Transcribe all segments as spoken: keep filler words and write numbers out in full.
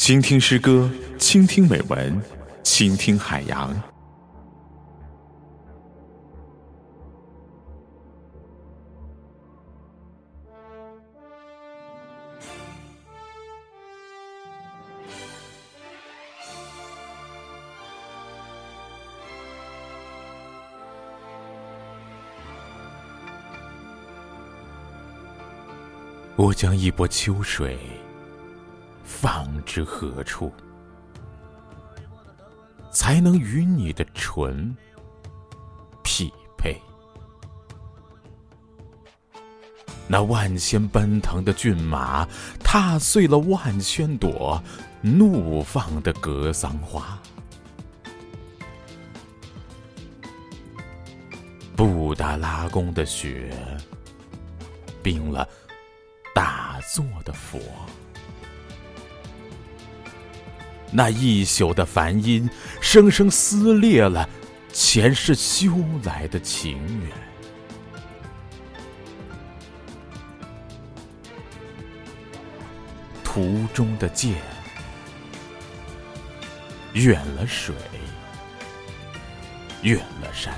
倾听诗歌，倾听美文，倾听海洋。我将一波秋水放之何处，才能与你的唇匹配？那万千奔腾的骏马，踏碎了万千朵怒放的格桑花。布达拉宫的雪，冰了大座的佛。那一宿的梵音，生生撕裂了前世修来的情缘。途中的剑，远了水，远了山。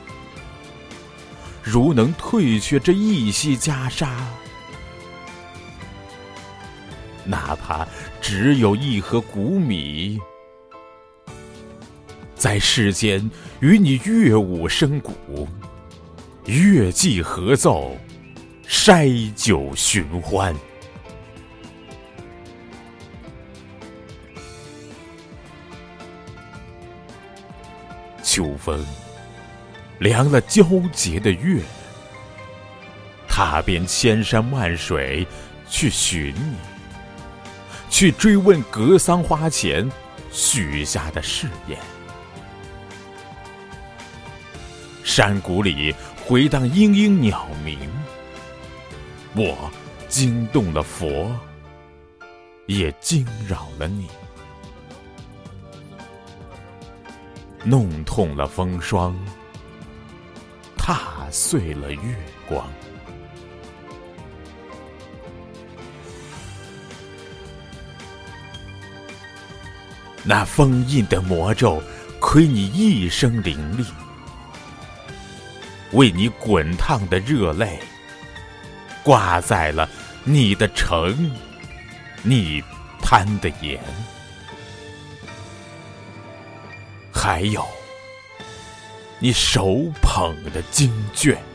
如能退却这一息袈裟，哪怕只有一盒谷米，在世间与你乐舞笙鼓，乐伎合奏，筛酒寻欢。秋风凉了皎洁的月，踏遍千山万水去寻你，去追问格桑花前许下的誓言。山谷里回荡嘤嘤鸟鸣，我惊动了佛，也惊扰了你，弄痛了风霜，踏碎了月光。那封印的魔咒，亏你一生灵力，为你滚烫的热泪，挂在了你的城，你贪的盐。还有你手捧的经卷，